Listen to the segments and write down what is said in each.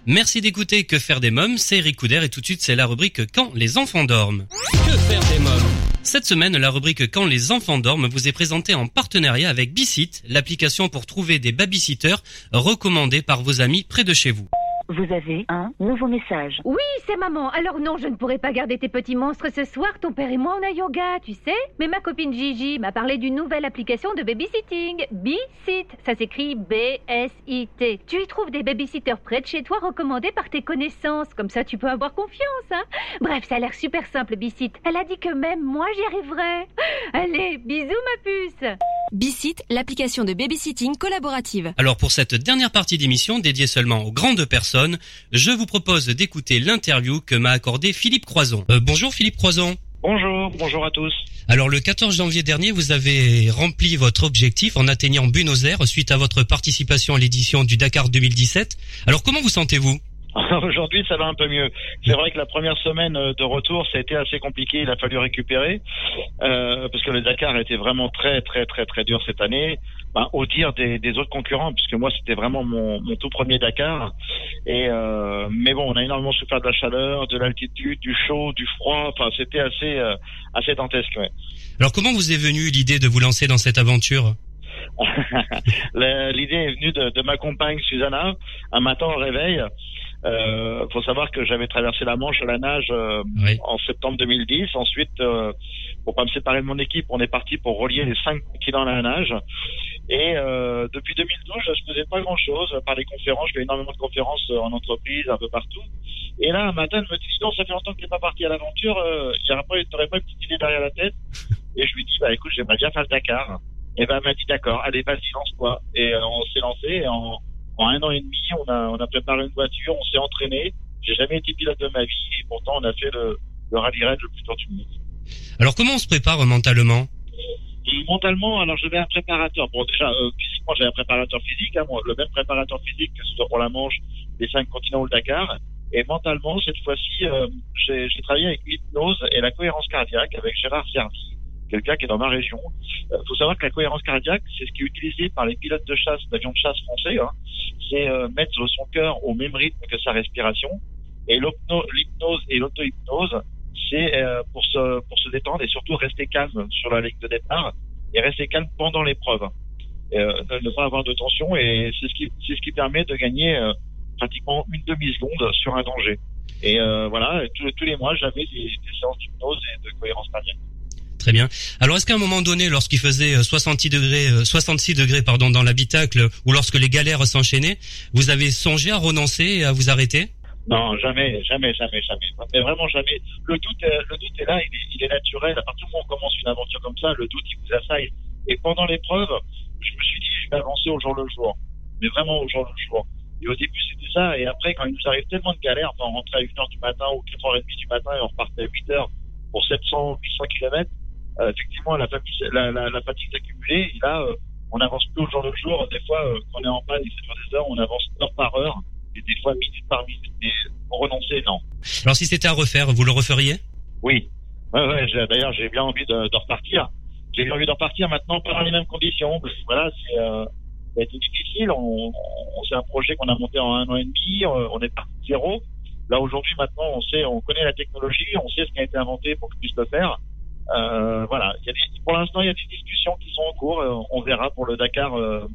Merci d'écouter Que faire des mômes, c'est Eric Couder et tout de suite c'est la rubrique Quand les enfants dorment. Que faire des mômes? Cette semaine, la rubrique Quand les enfants dorment vous est présentée en partenariat avec Bisit, l'application pour trouver des babysitters recommandés par vos amis près de chez vous. Vous avez un nouveau message. Oui, c'est maman. Alors non, je ne pourrai pas garder tes petits monstres ce soir. Ton père et moi, on a yoga, tu sais. Mais ma copine Gigi m'a parlé d'une nouvelle application de babysitting. Bisit, ça s'écrit B-S-I-T. Tu y trouves des babysitters près de chez toi recommandés par tes connaissances. Comme ça, tu peux avoir confiance, hein. Bref, ça a l'air super simple, Bisit. Elle a dit que même moi, j'y arriverai. Allez, bisous, ma puce. Bisit, l'application de babysitting collaborative. Alors pour cette dernière partie d'émission dédiée seulement aux grandes personnes, je vous propose d'écouter l'interview que m'a accordé Philippe Croison. Bonjour Philippe Croison. Bonjour à tous. Alors le 14 janvier dernier, vous avez rempli votre objectif en atteignant Buenos Aires suite à votre participation à l'édition du Dakar 2017. Alors comment vous sentez-vous ? Aujourd'hui, ça va un peu mieux. C'est vrai que la première semaine de retour, ça a été assez compliqué. Il a fallu récupérer parce que le Dakar était vraiment très dur cette année. Au dire des autres concurrents, puisque moi c'était vraiment mon tout premier Dakar. Mais bon, on a énormément souffert de la chaleur, de l'altitude, du chaud, du froid. Enfin, c'était assez dantesque. Ouais. Alors, comment vous est venue l'idée de vous lancer dans cette aventure ? L'idée est venue de ma compagne Susanna. Un matin au réveil, faut savoir que j'avais traversé la Manche à la nage en septembre 2010. Ensuite, pour pas me séparer de mon équipe, on est parti pour relier les 5 continents à la nage. Et depuis 2012, je faisais pas grand-chose. Par les conférences, je fais énormément de conférences en entreprise, un peu partout. Et là, un matin, elle me dit « Non, ça fait longtemps que t'es pas parti à l'aventure. T'aurais pas une petite idée derrière la tête ?» Et je lui dis « Écoute, j'aimerais bien faire le Dakar. » Et elle m'a dit d'accord, allez vas-y, lance-toi. Et on s'est lancé et en 1 an et demi, on a préparé une voiture, on s'est entraîné. J'ai jamais été pilote de ma vie et pourtant on a fait le rallye raid le plus dur du monde. Alors comment on se prépare mentalement ? Et mentalement, alors j'avais un préparateur. Bon déjà, physiquement j'avais un préparateur physique, moi, le même préparateur physique que ce soit pour la Manche, les 5 continents ou le Dakar. Et mentalement, cette fois-ci, j'ai travaillé avec l'hypnose et la cohérence cardiaque avec Gérard Servi, quelqu'un qui est dans ma région. Faut savoir que la cohérence cardiaque, c'est ce qui est utilisé par les pilotes de chasse, d'avions de chasse français. C'est mettre son cœur au même rythme que sa respiration. Et l'hypnose et l'auto-hypnose, c'est pour se détendre et surtout rester calme sur la ligne de départ et rester calme pendant l'épreuve. Ne pas avoir de tension et c'est ce qui permet de gagner pratiquement une demi-seconde sur un danger. Et voilà, tous les mois, j'avais des séances d'hypnose et de cohérence cardiaque. Très bien. Alors, est-ce qu'à un moment donné, lorsqu'il faisait 66 degrés dans l'habitacle, ou lorsque les galères s'enchaînaient, vous avez songé à renoncer et à vous arrêter ? Non, jamais. Mais vraiment jamais. Le doute est là, il est naturel. À partir du moment où on commence une aventure comme ça, le doute, il vous assaille. Et pendant l'épreuve, je me suis dit, je vais avancer au jour le jour. Mais vraiment au jour le jour. Et au début, c'était ça. Et après, quand il nous arrive tellement de galères, on rentrait à 1h du matin ou 4h30 du matin et on repartait à 8h pour 700, 800 km. Effectivement, la fatigue s'accumulait. Et là, on avance plus au jour le jour. Des fois, quand on est en panne, il fait des heures, on avance heure par heure. Et des fois, minute par minute. Et pour renoncer, non. Alors, si c'était à refaire, vous le referiez ? Oui. Ouais. D'ailleurs, j'ai bien envie de repartir. J'ai bien envie de repartir maintenant, pas dans les mêmes conditions. Parce que voilà, ça a été difficile. C'est un projet qu'on a monté en 1 an et demi. On est parti de zéro. Là, aujourd'hui, maintenant, on connaît la technologie. On sait ce qui a été inventé pour qu'on puisse le faire. Voilà. Pour l'instant, il y a des discussions qui sont en cours. On verra pour le Dakar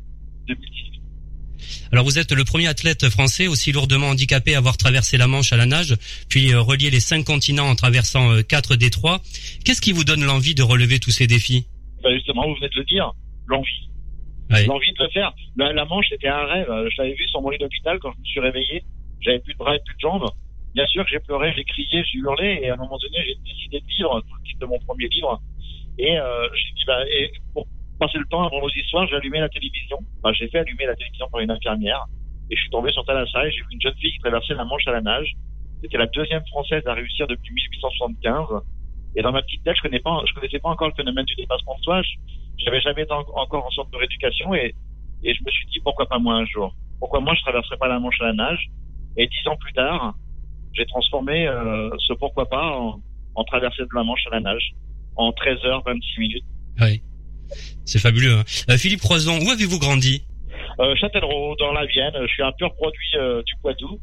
2018. Alors vous êtes le premier athlète français aussi lourdement handicapé à avoir traversé la Manche à la nage, puis relié les 5 continents en traversant 4 détroits. Qu'est-ce qui vous donne l'envie de relever tous ces défis ? Justement, vous venez de le dire, l'envie. Oui. L'envie de le faire. La Manche, c'était un rêve. Je l'avais vu sur mon lit d'hôpital quand je me suis réveillé. J'avais plus de bras et plus de jambes. Bien sûr que j'ai pleuré, j'ai crié, j'ai hurlé, et à un moment donné, j'ai décidé de vivre, tout le titre de mon premier livre. Et j'ai dit, et pour passer le temps avant vendredi soir, j'ai allumé la télévision. J'ai fait allumer la télévision par une infirmière, et je suis tombé sur Thalassa, et j'ai vu une jeune fille qui traversait la Manche à la nage. C'était la 2e française à réussir depuis 1875. Et dans ma petite tête, je connaissais pas encore le phénomène du dépassement de soi. J'avais jamais été encore en centre de rééducation, et je me suis dit, pourquoi pas moi un jour? Pourquoi moi je traverserais pas la Manche à la nage? Et 10 ans plus tard, j'ai transformé ce pourquoi pas en traversée de la Manche à la nage en 13h26 minutes. Oui, c'est fabuleux. Philippe Croison, où avez-vous grandi ? Châtellerault, dans la Vienne. Je suis un pur produit du Poitou.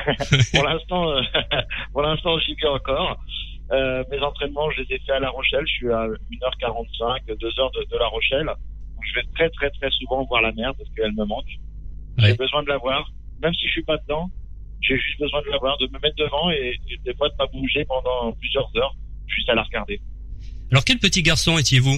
Pour l'instant, j'y vis encore. Mes entraînements, je les ai faits à La Rochelle. Je suis à 1h45, 2h de La Rochelle. Donc, je vais très très très souvent voir la mer parce qu'elle me manque. Ouais. J'ai besoin de la voir. Même si je suis pas dedans, j'ai juste besoin de la voir, de me mettre devant et des fois de pas bouger pendant plusieurs heures, juste à la regarder. Alors quel petit garçon étiez-vous?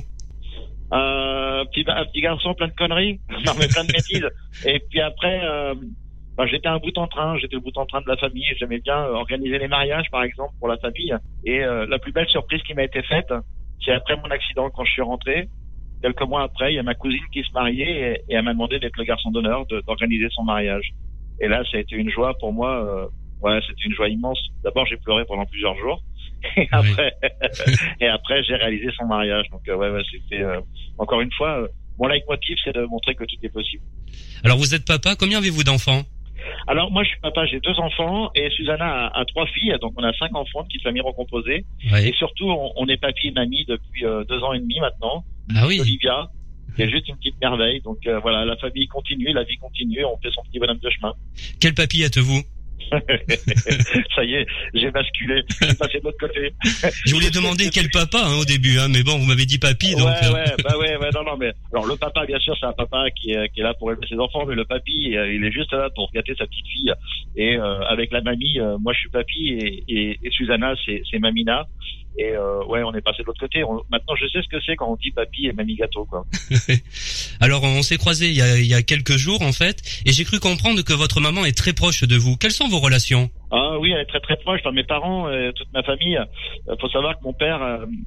Un petit garçon plein de conneries, non mais plein de bêtises. Et puis après, j'étais un bout en train, j'étais le bout en train de la famille. J'aimais bien organiser les mariages, par exemple, pour la famille. Et la plus belle surprise qui m'a été faite, c'est après mon accident, quand je suis rentré. Quelques mois après, il y a ma cousine qui se mariait et elle m'a demandé d'être le garçon d'honneur, d'organiser son mariage. Et là, ça a été une joie pour moi. C'était une joie immense. D'abord, j'ai pleuré pendant plusieurs jours. Et après, j'ai réalisé son mariage. Donc, c'était encore une fois, mon leitmotiv, c'est de montrer que tout est possible. Alors, vous êtes papa, combien avez-vous d'enfants? Alors, moi, je suis papa, j'ai 2 enfants et Susanna a 3 filles. Donc, on a 5 enfants de petite famille recomposée. Ouais. Et surtout, on est papy et mamie depuis 2 ans et demi maintenant. Ah oui. Olivia, qui est juste une petite merveille. Donc, la famille continue, la vie continue. On fait son petit bonhomme de chemin. Quel papy êtes-vous? Ça y est, j'ai basculé, je suis passé de l'autre côté. Je voulais demander quel papa au début, mais bon, vous m'avez dit papy, donc. Non, mais alors le papa, bien sûr, c'est un papa qui est là pour élever ses enfants, mais le papy, il est juste là pour gâter sa petite fille. Et avec la mamie, moi je suis papy et Susanna, c'est mamina. Et on est passé de l'autre côté. Maintenant, je sais ce que c'est quand on dit papy et mamie gâteau, quoi. Alors, on s'est croisés il y a quelques jours, en fait, et j'ai cru comprendre que votre maman est très proche de vous. Quelles sont vos relations? Ah oui, elle est très très proche. Enfin, mes parents, toute ma famille. Faut savoir que mon père,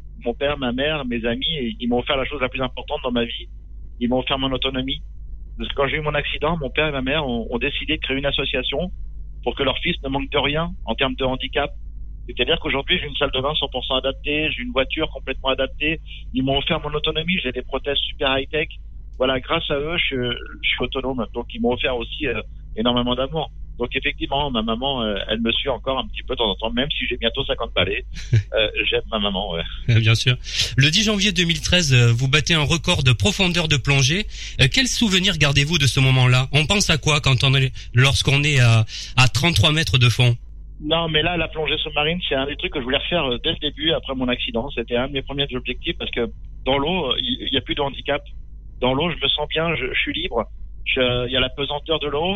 ma mère, mes amis, ils m'ont offert la chose la plus importante dans ma vie. Ils m'ont offert mon autonomie. Parce que quand j'ai eu mon accident, mon père et ma mère ont décidé de créer une association pour que leur fils ne manque de rien en termes de handicap. C'est-à-dire qu'aujourd'hui, j'ai une salle de bain 100% adaptée, j'ai une voiture complètement adaptée. Ils m'ont offert mon autonomie, j'ai des prothèses super high-tech. Voilà, grâce à eux, je suis autonome. Donc, ils m'ont offert aussi énormément d'amour. Donc, effectivement, ma maman, elle me suit encore un petit peu de temps en temps, même si j'ai bientôt 50 balais. J'aime ma maman, ouais. Bien sûr. Le 10 janvier 2013, vous battez un record de profondeur de plongée. Quel souvenir gardez-vous de ce moment-là? On pense à quoi lorsqu'on est à 33 mètres de fond? Non, mais là, la plongée sous-marine, c'est un des trucs que je voulais refaire dès le début, après mon accident. C'était un de mes premiers objectifs parce que dans l'eau, il y a plus de handicap. Dans l'eau, je me sens bien, je suis libre. Il y a la pesanteur de l'eau,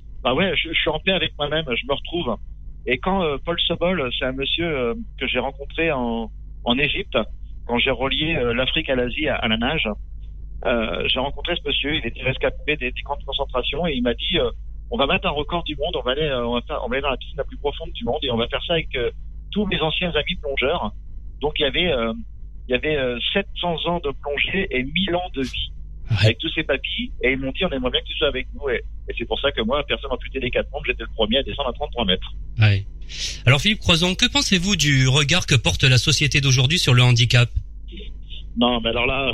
je suis en paix avec moi-même, je me retrouve. Et quand Paul Sobol, c'est un monsieur que j'ai rencontré en Égypte, quand j'ai relié l'Afrique à l'Asie à la nage, j'ai rencontré ce monsieur, il était rescapé des camps de concentration et il m'a dit on va mettre un record du monde, on va aller dans la piscine la plus profonde du monde et on va faire ça avec tous mes anciens amis plongeurs. Donc il y avait 700 ans de plongée et 1000 ans de vie avec tous ces papis et ils m'ont dit on aimerait bien que tu sois avec nous et c'est pour ça que moi, personne amputé des 4 membres, j'étais le premier à descendre à 33 mètres. Ouais. Alors Philippe Croison, que pensez-vous du regard que porte la société d'aujourd'hui sur le handicap? Non, mais alors là,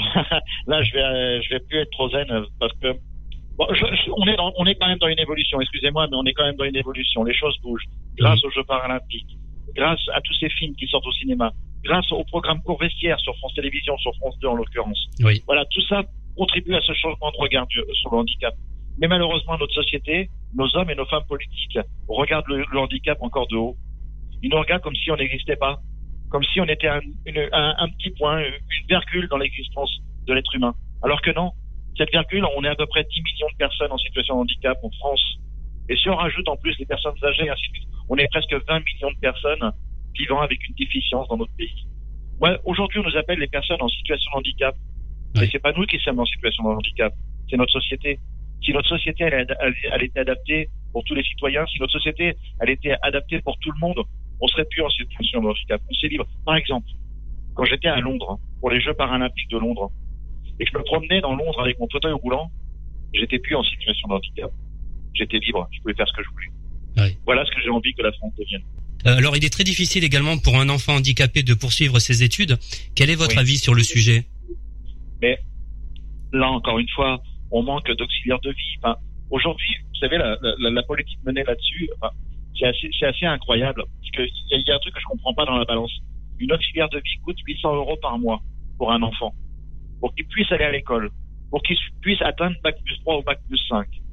je vais plus être trop zen parce que on est quand même dans une évolution, excusez-moi, mais on est quand même dans une évolution. Les choses bougent. Grâce aux Jeux Paralympiques, grâce à tous ces films qui sortent au cinéma, grâce au programme Cours Vestiaire sur France Télévisions, sur France 2 en l'occurrence. Oui. Voilà, tout ça contribue à ce changement de regard sur le handicap. Mais malheureusement, notre société, nos hommes et nos femmes politiques regardent le handicap encore de haut. Ils nous regardent comme si on n'existait pas, comme si on était un petit point, une virgule dans l'existence de l'être humain. Alors que non. Cette virgule, on est à peu près 10 millions de personnes en situation de handicap en France. Et si on rajoute en plus les personnes âgées, ainsi de suite, on est presque 20 millions de personnes vivant avec une déficience dans notre pays. Ouais, aujourd'hui, on nous appelle les personnes en situation de handicap. Mais c'est pas nous qui sommes en situation de handicap. C'est notre société. Si notre société, elle était adaptée pour tous les citoyens, si notre société, elle était adaptée pour tout le monde, on serait plus en situation de handicap. On serait libre. Par exemple, quand j'étais à Londres, pour les Jeux Paralympiques de Londres, et que je me promenais dans Londres avec mon fauteuil roulant, j'étais plus en situation de handicap. J'étais libre, je pouvais faire ce que je voulais. Oui. Voilà ce que j'ai envie que la France devienne. Alors, il est très difficile également pour un enfant handicapé de poursuivre ses études. Quel est votre avis sur le sujet? Mais là, encore une fois, on manque d'auxiliaires de vie. Enfin, aujourd'hui, vous savez, la politique menée là-dessus, c'est assez incroyable. Parce que il y a un truc que je comprends pas dans la balance. Une auxiliaire de vie coûte 800 € par mois pour un enfant, pour qu'il puisse aller à l'école, pour qu'il puisse atteindre Bac+3 ou Bac+5.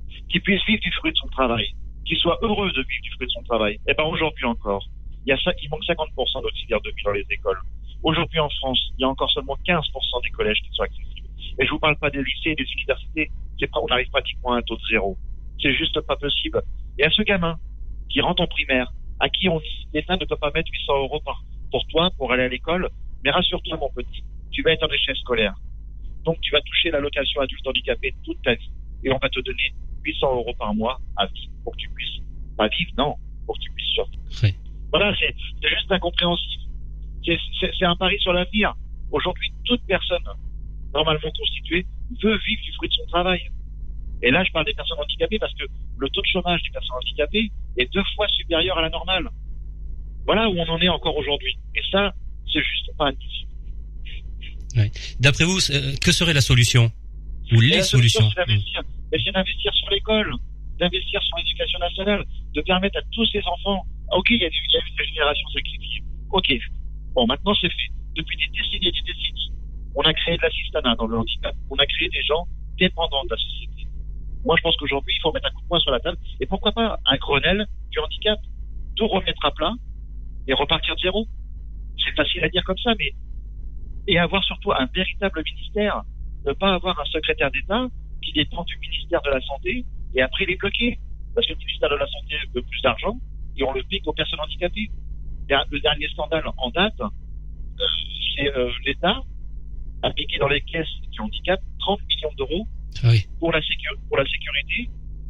qui puisse vivre du fruit de son travail, qui soit heureux de vivre du fruit de son travail. Et ben aujourd'hui encore, il manque 50% d'auxiliaires de vie dans les écoles. Aujourd'hui en France, il y a encore seulement 15% des collèges qui sont accessibles. Et je vous parle pas des lycées et des universités, on arrive pratiquement à un taux de 0. C'est juste pas possible. Et à ce gamin qui rentre en primaire, à qui on dit l'État ne peut pas mettre 800 € pour toi pour aller à l'école, mais rassure-toi mon petit, tu vas être en échec scolaire. Donc tu vas toucher l'allocation adulte handicapé toute ta vie. Et on va te donner 800 € par mois à vivre pour que tu puisses pas vivre, non, pour que tu puisses survivre. Oui. Voilà, c'est juste incompréhensible. C'est un pari sur l'avenir. Aujourd'hui, toute personne normalement constituée veut vivre du fruit de son travail. Et là, je parle des personnes handicapées parce que le taux de chômage des personnes handicapées est 2 fois supérieur à la normale. Voilà où on en est encore aujourd'hui. Et ça, c'est juste pas admissible. Oui. D'après vous, que serait la solution? Ou les solutions? C'est d'investir sur l'école, d'investir sur l'éducation nationale, de permettre à tous ces enfants. Ok, il y a eu des générations sacrifiées. Ok. Bon, maintenant c'est fait. Depuis des décennies et des décennies, on a créé de l'assistanat dans le handicap. On a créé des gens dépendants de la société. Moi, je pense qu'aujourd'hui, il faut mettre un coup de poing sur la table. Et pourquoi pas un Grenelle du handicap? Tout remettre à plat et repartir de zéro. C'est facile à dire comme ça, mais... Et avoir surtout un véritable ministère. Ne pas avoir un secrétaire d'État qui dépend du ministère de la Santé et après les bloquer. Parce que le ministère de la Santé veut plus d'argent et on le pique aux personnes handicapées. Le dernier scandale en date, c'est l'État a piqué dans les caisses du handicap 30 millions d'euros pour la sécurité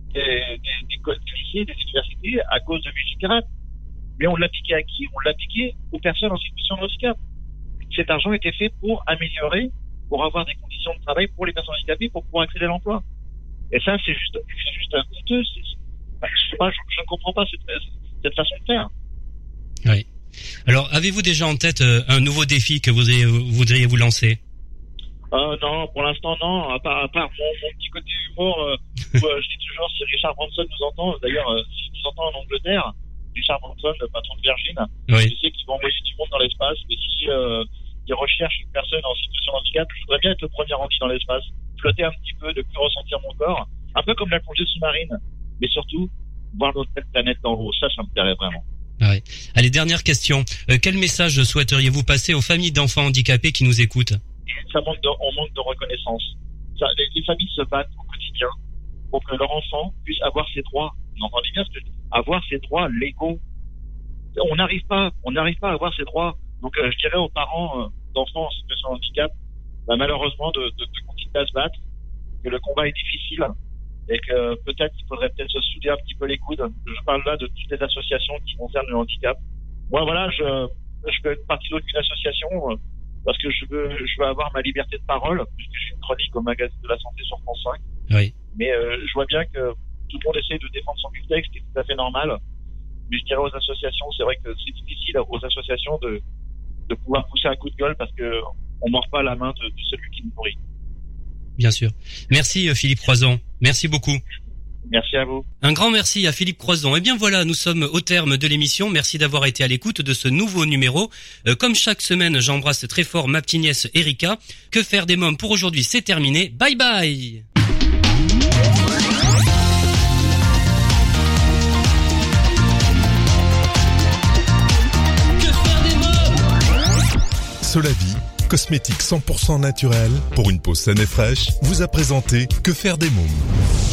des lycées, des universités à cause de Vigipirate. Mais on l'a piqué à qui? On l'a piqué aux personnes en situation de handicap. Cet argent était fait pour améliorer, pour avoir des conditions de travail pour les personnes handicapées, pour pouvoir accéder à l'emploi. Et ça, c'est juste honteux. Je ne comprends pas cette façon de faire. Oui. Alors, avez-vous déjà en tête un nouveau défi que vous voudriez vous lancer? Non, pour l'instant, non. À part mon petit côté humour, où, je dis toujours, si Richard Branson nous entend, d'ailleurs, s'il nous entend en Angleterre, Richard Branson, le patron de Virgin, je sais qu'il va envoyer du monde dans l'espace, mais si il recherche une personne en situation de handicap, je voudrais bien être le premier Andy dans l'espace, flotter un petit peu, de plus ressentir mon corps, un peu comme la plongée sous-marine, mais surtout voir notre belle planète d'en haut. Ça me plairait vraiment. Ouais. Allez, dernière question. Quel message souhaiteriez-vous passer aux familles d'enfants handicapés qui nous écoutent? On manque de reconnaissance. Les familles se battent au quotidien pour que leur enfant puisse avoir ses droits. Vous entendez bien ce que je dis? Avoir ses droits légaux. On n'arrive pas à avoir ses droits. Donc je dirais aux parents d'enfants en situation de handicap, malheureusement de continuer à se battre, que le combat est difficile et que peut-être qu'il faudrait se souder un petit peu les coudes. Je parle là de toutes les associations qui concernent le handicap. Moi voilà, je peux être partie d'une association parce que je veux avoir ma liberté de parole, puisque je suis une chronique au magazine de la santé sur France 5. Oui. Mais je vois bien que tout le monde essaie de défendre son bulletin, ce qui est tout à fait normal. Mais je dirais aux associations, c'est vrai que c'est difficile aux associations de pouvoir pousser un coup de gueule parce que on mord pas la main de celui qui nous nourrit. Bien sûr. Merci Philippe Croizon. Merci beaucoup. Merci à vous. Un grand merci à Philippe Croizon. Et bien voilà, nous sommes au terme de l'émission. Merci d'avoir été à l'écoute de ce nouveau numéro. Comme chaque semaine, j'embrasse très fort ma petite nièce Erika. Que faire des mômes pour aujourd'hui, c'est terminé. Bye bye. Solavi, cosmétique 100% naturel pour une peau saine et fraîche, vous a présenté Que faire des mômes.